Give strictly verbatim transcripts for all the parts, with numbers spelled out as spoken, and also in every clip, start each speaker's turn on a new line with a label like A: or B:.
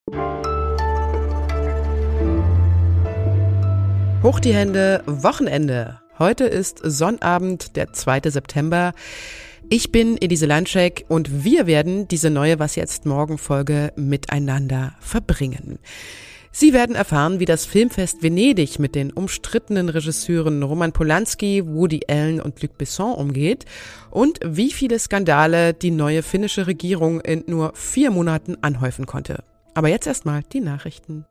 A: Hoch die Hände, Wochenende. Heute ist Sonnabend, der zweite September. Ich bin Elise Landschek und wir werden diese neue Was jetzt morgen Folge miteinander verbringen. Sie werden erfahren, wie das Filmfest Venedig mit den umstrittenen Regisseuren Roman Polanski, Woody Allen und Luc Besson umgeht und wie viele Skandale die neue finnische Regierung in nur vier Monaten anhäufen konnte. Aber jetzt erstmal die Nachrichten.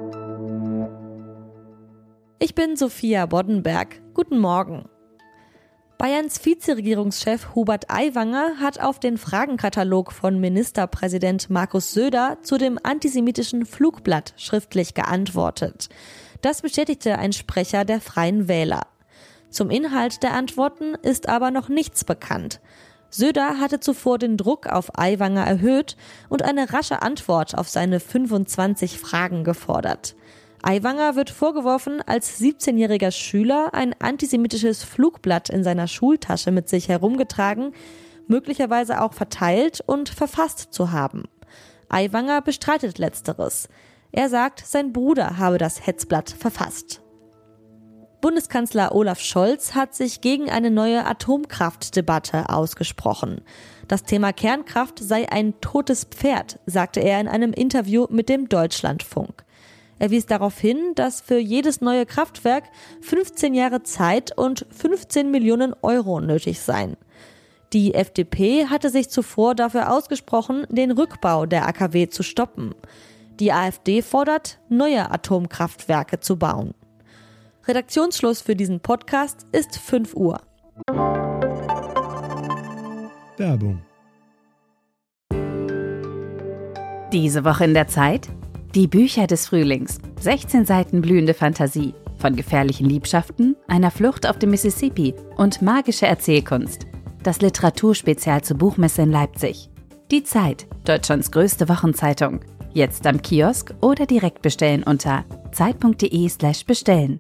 B: Ich bin Sophia Boddenberg. Guten Morgen. Bayerns Vizeregierungschef Hubert Aiwanger hat auf den Fragenkatalog von Ministerpräsident Markus Söder zu dem antisemitischen Flugblatt schriftlich geantwortet. Das bestätigte ein Sprecher der Freien Wähler. Zum Inhalt der Antworten ist aber noch nichts bekannt. Söder hatte zuvor den Druck auf Aiwanger erhöht und eine rasche Antwort auf seine fünfundzwanzig Fragen gefordert. Aiwanger wird vorgeworfen, als siebzehnjähriger Schüler ein antisemitisches Flugblatt in seiner Schultasche mit sich herumgetragen, möglicherweise auch verteilt und verfasst zu haben. Aiwanger bestreitet Letzteres. Er sagt, sein Bruder habe das Hetzblatt verfasst. Bundeskanzler Olaf Scholz hat sich gegen eine neue Atomkraftdebatte ausgesprochen. Das Thema Kernkraft sei ein totes Pferd, sagte er in einem Interview mit dem Deutschlandfunk. Er wies darauf hin, dass für jedes neue Kraftwerk fünfzehn Jahre Zeit und fünfzehn Millionen Euro nötig seien. Die F D P hatte sich zuvor dafür ausgesprochen, den Rückbau der A K W zu stoppen. Die AfD fordert, neue Atomkraftwerke zu bauen. Redaktionsschluss für diesen Podcast ist fünf Uhr.
C: Werbung.
D: Diese Woche in der Zeit? Die Bücher des Frühlings. sechzehn Seiten blühende Fantasie. Von gefährlichen Liebschaften, einer Flucht auf dem Mississippi und magische Erzählkunst. Das Literaturspezial zur Buchmesse in Leipzig. Die Zeit, Deutschlands größte Wochenzeitung. Jetzt am Kiosk oder direkt bestellen unter zeit.de slash bestellen.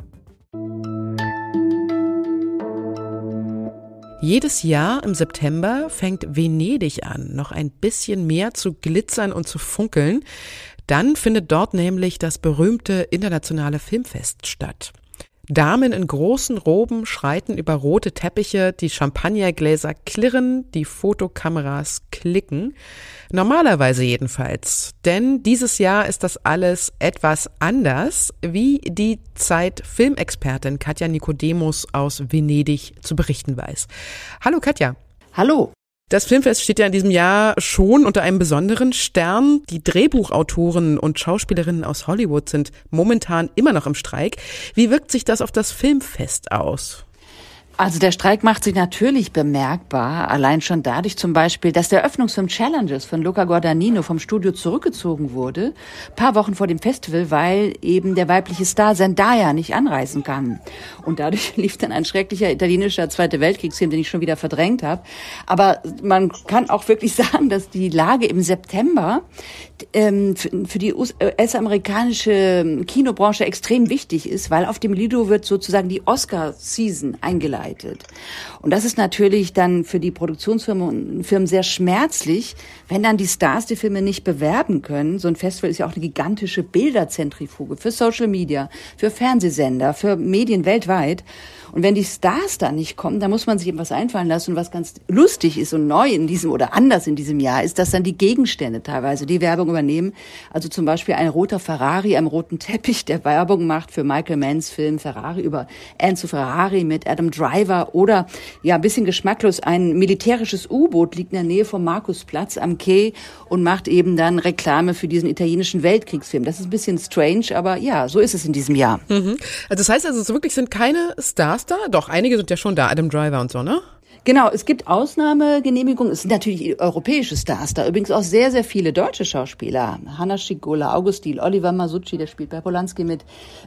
A: Jedes Jahr im September fängt Venedig an, noch ein bisschen mehr zu glitzern und zu funkeln. Dann findet dort nämlich das berühmte internationale Filmfest statt. Damen in großen Roben schreiten über rote Teppiche, die Champagnergläser klirren, die Fotokameras klicken. Normalerweise jedenfalls. Denn dieses Jahr ist das alles etwas anders, wie die Zeit-Filmexpertin Katja Nicodemus aus Venedig zu berichten weiß. Hallo Katja.
E: Hallo.
A: Das Filmfest steht ja in diesem Jahr schon unter einem besonderen Stern. Die Drehbuchautoren und Schauspielerinnen aus Hollywood sind momentan immer noch im Streik. Wie wirkt sich das auf das Filmfest aus?
E: Also der Streik macht sich natürlich bemerkbar, allein schon dadurch zum Beispiel, dass der Eröffnungsfilm Challenges von Luca Guadagnino vom Studio zurückgezogen wurde, paar Wochen vor dem Festival, weil eben der weibliche Star Zendaya nicht anreisen kann. Und dadurch lief dann ein schrecklicher italienischer Zweite Weltkriegsfilm, den ich schon wieder verdrängt habe. Aber man kann auch wirklich sagen, dass die Lage im September ähm, für die U S-amerikanische Kinobranche extrem wichtig ist, weil auf dem Lido wird sozusagen die Oscar-Season eingeleitet. Und das ist natürlich dann für die Produktionsfirmen und Firmen sehr schmerzlich, wenn dann die Stars die Filme nicht bewerben können. So ein Festival ist ja auch eine gigantische Bilderzentrifuge für Social Media, für Fernsehsender, für Medien weltweit. Und wenn die Stars da nicht kommen, dann muss man sich eben was einfallen lassen. Und was ganz lustig ist und neu in diesem oder anders in diesem Jahr ist, dass dann die Gegenstände teilweise die Werbung übernehmen. Also zum Beispiel ein roter Ferrari am roten Teppich, der Werbung macht für Michael Manns Film Ferrari über Enzo Ferrari mit Adam Driver. Oder, ja, ein bisschen geschmacklos, ein militärisches U-Boot liegt in der Nähe vom Markusplatz am Quai und macht eben dann Reklame für diesen italienischen Weltkriegsfilm. Das ist ein bisschen strange, aber ja, so ist es in diesem Jahr.
A: Mhm. Also das heißt also, es wirklich sind keine Stars da? Doch, einige sind ja schon da, Adam Driver und so, ne?
E: Genau, es gibt Ausnahmegenehmigungen. Es sind natürlich europäische Stars da. Übrigens auch sehr, sehr viele deutsche Schauspieler. Hanna Schigola, August Diehl, Oliver Masucci, der spielt bei Polanski mit.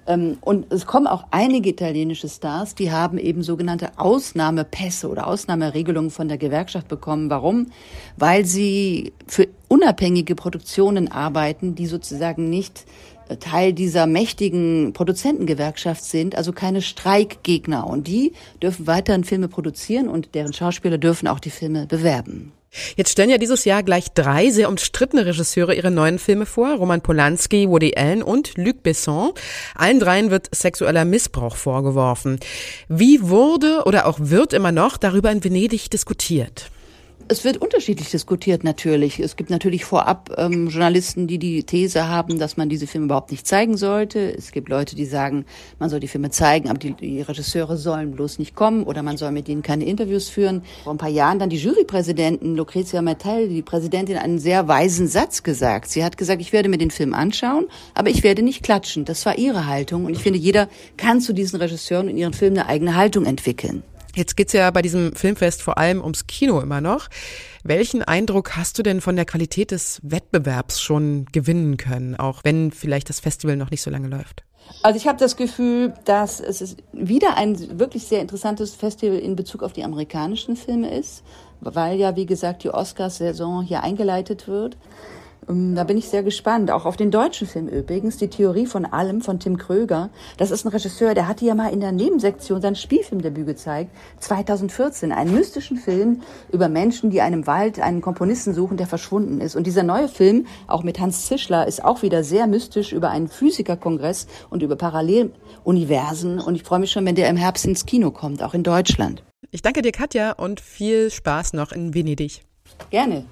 E: Und es kommen auch einige italienische Stars, die haben eben sogenannte Ausnahmepässe oder Ausnahmeregelungen von der Gewerkschaft bekommen. Warum? Weil sie für unabhängige Produktionen arbeiten, die sozusagen nicht Teil dieser mächtigen Produzentengewerkschaft sind, also keine Streikgegner. Und die dürfen weiterhin Filme produzieren und deren Schauspieler dürfen auch die Filme bewerben.
A: Jetzt stellen ja dieses Jahr gleich drei sehr umstrittene Regisseure ihre neuen Filme vor. Roman Polanski, Woody Allen und Luc Besson. Allen dreien wird sexueller Missbrauch vorgeworfen. Wie wurde oder auch wird immer noch darüber in Venedig diskutiert?
E: Es wird unterschiedlich diskutiert natürlich. Es gibt natürlich vorab ähm, Journalisten, die die These haben, dass man diese Filme überhaupt nicht zeigen sollte. Es gibt Leute, die sagen, man soll die Filme zeigen, aber die, die Regisseure sollen bloß nicht kommen oder man soll mit ihnen keine Interviews führen. Vor ein paar Jahren dann die Jurypräsidentin Lucrezia Martel, die Präsidentin, einen sehr weisen Satz gesagt. Sie hat gesagt, ich werde mir den Film anschauen, aber ich werde nicht klatschen. Das war ihre Haltung und ich finde, jeder kann zu diesen Regisseuren in ihren Filmen eine eigene Haltung entwickeln.
A: Jetzt geht's ja bei diesem Filmfest vor allem ums Kino immer noch. Welchen Eindruck hast du denn von der Qualität des Wettbewerbs schon gewinnen können, auch wenn vielleicht das Festival noch nicht so lange läuft?
E: Also ich habe das Gefühl, dass es wieder ein wirklich sehr interessantes Festival in Bezug auf die amerikanischen Filme ist, weil ja, wie gesagt, die Oscars-Saison hier eingeleitet wird. Da bin ich sehr gespannt. Auch auf den deutschen Film übrigens. Die Theorie von allem von Tim Kröger. Das ist ein Regisseur, der hatte ja mal in der Nebensektion sein Spielfilmdebüt gezeigt. zweitausendvierzehn. Einen mystischen Film über Menschen, die einem Wald einen Komponisten suchen, der verschwunden ist. Und dieser neue Film, auch mit Hans Zischler, ist auch wieder sehr mystisch über einen Physikerkongress und über Paralleluniversen. Und ich freue mich schon, wenn der im Herbst ins Kino kommt, auch in Deutschland.
A: Ich danke dir, Katja, und viel Spaß noch in Venedig.
E: Gerne.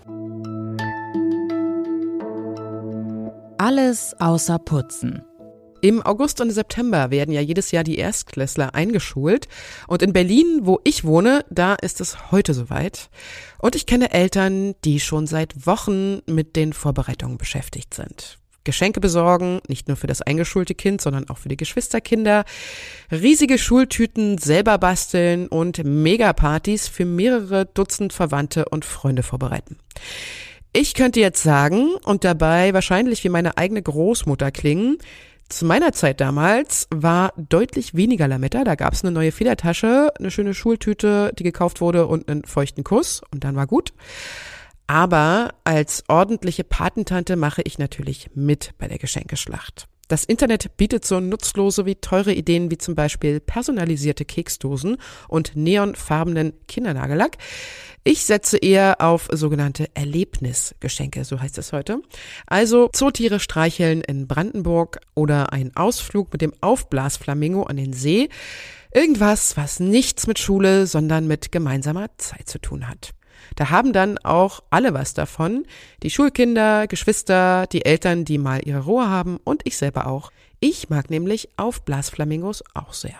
D: Alles außer Putzen.
A: Im August und September werden ja jedes Jahr die Erstklässler eingeschult. Und in Berlin, wo ich wohne, da ist es heute soweit. Und ich kenne Eltern, die schon seit Wochen mit den Vorbereitungen beschäftigt sind. Geschenke besorgen, nicht nur für das eingeschulte Kind, sondern auch für die Geschwisterkinder. Riesige Schultüten selber basteln und Megapartys für mehrere Dutzend Verwandte und Freunde vorbereiten. Ich könnte jetzt sagen und dabei wahrscheinlich wie meine eigene Großmutter klingen, zu meiner Zeit damals war deutlich weniger Lametta. Da gab es eine neue Federtasche, eine schöne Schultüte, die gekauft wurde und einen feuchten Kuss und dann war gut. Aber als ordentliche Patentante mache ich natürlich mit bei der Geschenkeschlacht. Das Internet bietet so nutzlose wie teure Ideen wie zum Beispiel personalisierte Keksdosen und neonfarbenen Kindernagellack. Ich setze eher auf sogenannte Erlebnisgeschenke, so heißt es heute. Also Zootiere streicheln in Brandenburg oder ein Ausflug mit dem Aufblasflamingo an den See. Irgendwas, was nichts mit Schule, sondern mit gemeinsamer Zeit zu tun hat. Da haben dann auch alle was davon. Die Schulkinder, Geschwister, die Eltern, die mal ihre Ruhe haben und ich selber auch. Ich mag nämlich Aufblasflamingos auch sehr.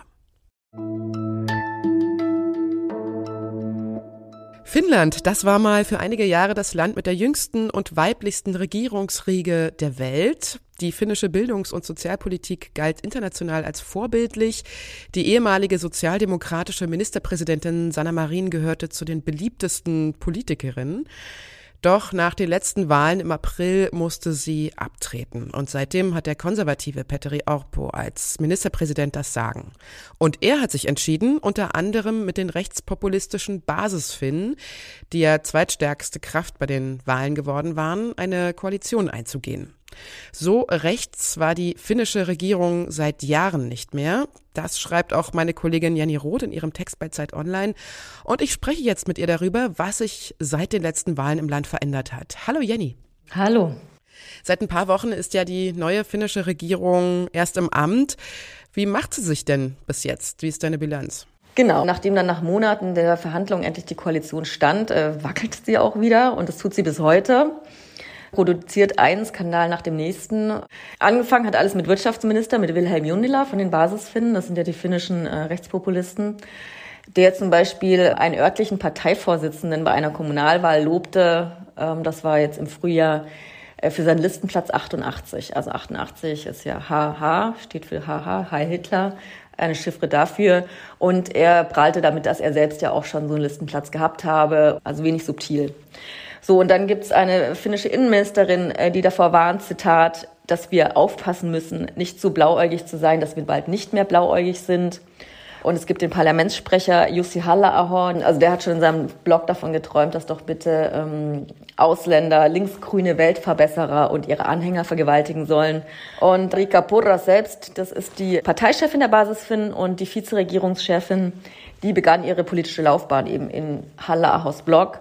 A: Finnland, das war mal für einige Jahre das Land mit der jüngsten und weiblichsten Regierungsriege der Welt. Die finnische Bildungs- und Sozialpolitik galt international als vorbildlich. Die ehemalige sozialdemokratische Ministerpräsidentin Sanna Marin gehörte zu den beliebtesten Politikerinnen. Doch nach den letzten Wahlen im April musste sie abtreten. Und seitdem hat der konservative Petteri Orpo als Ministerpräsident das Sagen. Und er hat sich entschieden, unter anderem mit den rechtspopulistischen Basisfinnen, die ja zweitstärkste Kraft bei den Wahlen geworden waren, eine Koalition einzugehen. So rechts war die finnische Regierung seit Jahren nicht mehr. Das schreibt auch meine Kollegin Jenny Roth in ihrem Text bei Zeit Online. Und ich spreche jetzt mit ihr darüber, was sich seit den letzten Wahlen im Land verändert hat. Hallo Jenny.
C: Hallo.
A: Seit ein paar Wochen ist ja die neue finnische Regierung erst im Amt. Wie macht sie sich denn bis jetzt? Wie ist deine Bilanz?
C: Genau, nachdem dann nach Monaten der Verhandlungen endlich die Koalition stand, äh, wackelt sie auch wieder und das tut sie bis heute. Produziert einen Skandal nach dem nächsten. Angefangen hat alles mit Wirtschaftsminister, mit Wilhelm Junnila von den Basisfinnen, das sind ja die finnischen äh, Rechtspopulisten, der zum Beispiel einen örtlichen Parteivorsitzenden bei einer Kommunalwahl lobte, ähm, das war jetzt im Frühjahr, äh, für seinen Listenplatz achtundachtzig. Also achtundachtzig ist ja H H, steht für H H, Heil Hitler, eine Chiffre dafür. Und er prahlte damit, dass er selbst ja auch schon so einen Listenplatz gehabt habe, also wenig subtil. So, und dann gibt's eine finnische Innenministerin, die davor warnt, Zitat, dass wir aufpassen müssen, nicht so blauäugig zu sein, dass wir bald nicht mehr blauäugig sind. Und es gibt den Parlamentssprecher Jussi Halla-aho, also der hat schon in seinem Blog davon geträumt, dass doch bitte ähm, Ausländer, linksgrüne Weltverbesserer und ihre Anhänger vergewaltigen sollen. Und Riikka Purra selbst, das ist die Parteichefin der Basisfinnen und die Vizeregierungschefin, die begann ihre politische Laufbahn eben in Halla-ahos Blog.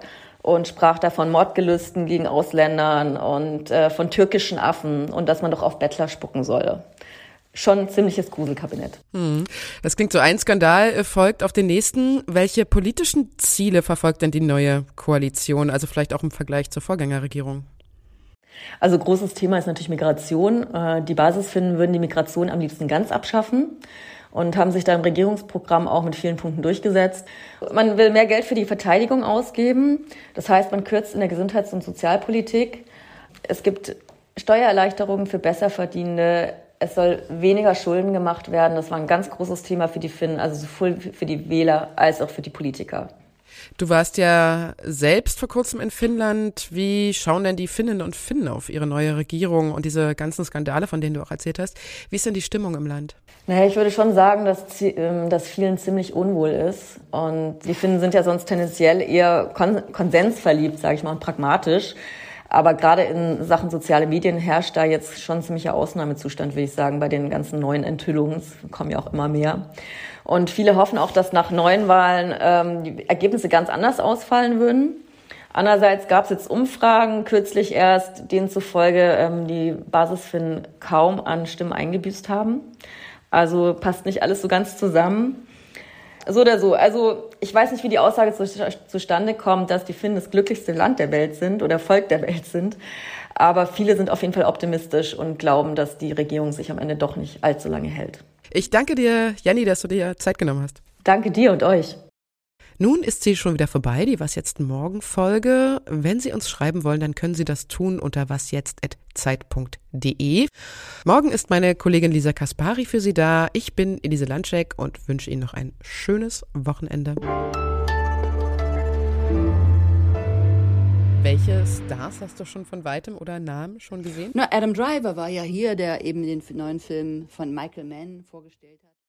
C: und sprach da von Mordgelüsten gegen Ausländern und äh, von türkischen Affen und dass man doch auf Bettler spucken solle. Schon ein ziemliches Gruselkabinett.
A: Hm. Das klingt so, ein Skandal folgt auf den nächsten. Welche politischen Ziele verfolgt denn die neue Koalition, also vielleicht auch im Vergleich zur Vorgängerregierung?
C: Also großes Thema ist natürlich Migration. Die Basisfinnen würden die Migration am liebsten ganz abschaffen und haben sich da im Regierungsprogramm auch mit vielen Punkten durchgesetzt. Man will mehr Geld für die Verteidigung ausgeben. Das heißt, man kürzt in der Gesundheits- und Sozialpolitik. Es gibt Steuererleichterungen für Besserverdienende. Es soll weniger Schulden gemacht werden. Das war ein ganz großes Thema für die Finnen, also sowohl für die Wähler als auch für die Politiker.
A: Du warst ja selbst vor kurzem in Finnland. Wie schauen denn die Finnen und Finnen auf ihre neue Regierung und diese ganzen Skandale, von denen du auch erzählt hast? Wie ist denn die Stimmung im Land?
C: Naja, ich würde schon sagen, dass, dass vielen ziemlich unwohl ist. Und die Finnen sind ja sonst tendenziell eher kon- konsensverliebt, sage ich mal, und pragmatisch. Aber gerade in Sachen soziale Medien herrscht da jetzt schon ein ziemlicher Ausnahmezustand, würde ich sagen, bei den ganzen neuen Enthüllungen. Es kommen ja auch immer mehr. Und viele hoffen auch, dass nach neuen Wahlen ähm, die Ergebnisse ganz anders ausfallen würden. Andererseits gab es jetzt Umfragen, kürzlich erst, denen zufolge ähm, die Basisfinnen kaum an Stimmen eingebüßt haben. Also passt nicht alles so ganz zusammen. So oder so. Also ich weiß nicht, wie die Aussage zu, zustande kommt, dass die Finnen das glücklichste Land der Welt sind oder Volk der Welt sind. Aber viele sind auf jeden Fall optimistisch und glauben, dass die Regierung sich am Ende doch nicht allzu lange hält.
A: Ich danke dir, Janni, dass du dir Zeit genommen hast.
C: Danke dir und euch.
A: Nun ist sie schon wieder vorbei, die Was jetzt morgen Folge. Wenn Sie uns schreiben wollen, dann können Sie das tun unter wasjetzt at zeit punkt de. Morgen ist meine Kollegin Lisa Kaspari für Sie da. Ich bin Elise Landschek und wünsche Ihnen noch ein schönes Wochenende. Welche Stars hast du schon von weitem oder nahem schon gesehen?
E: Na, Adam Driver war ja hier, der eben den neuen Film von Michael Mann vorgestellt hat.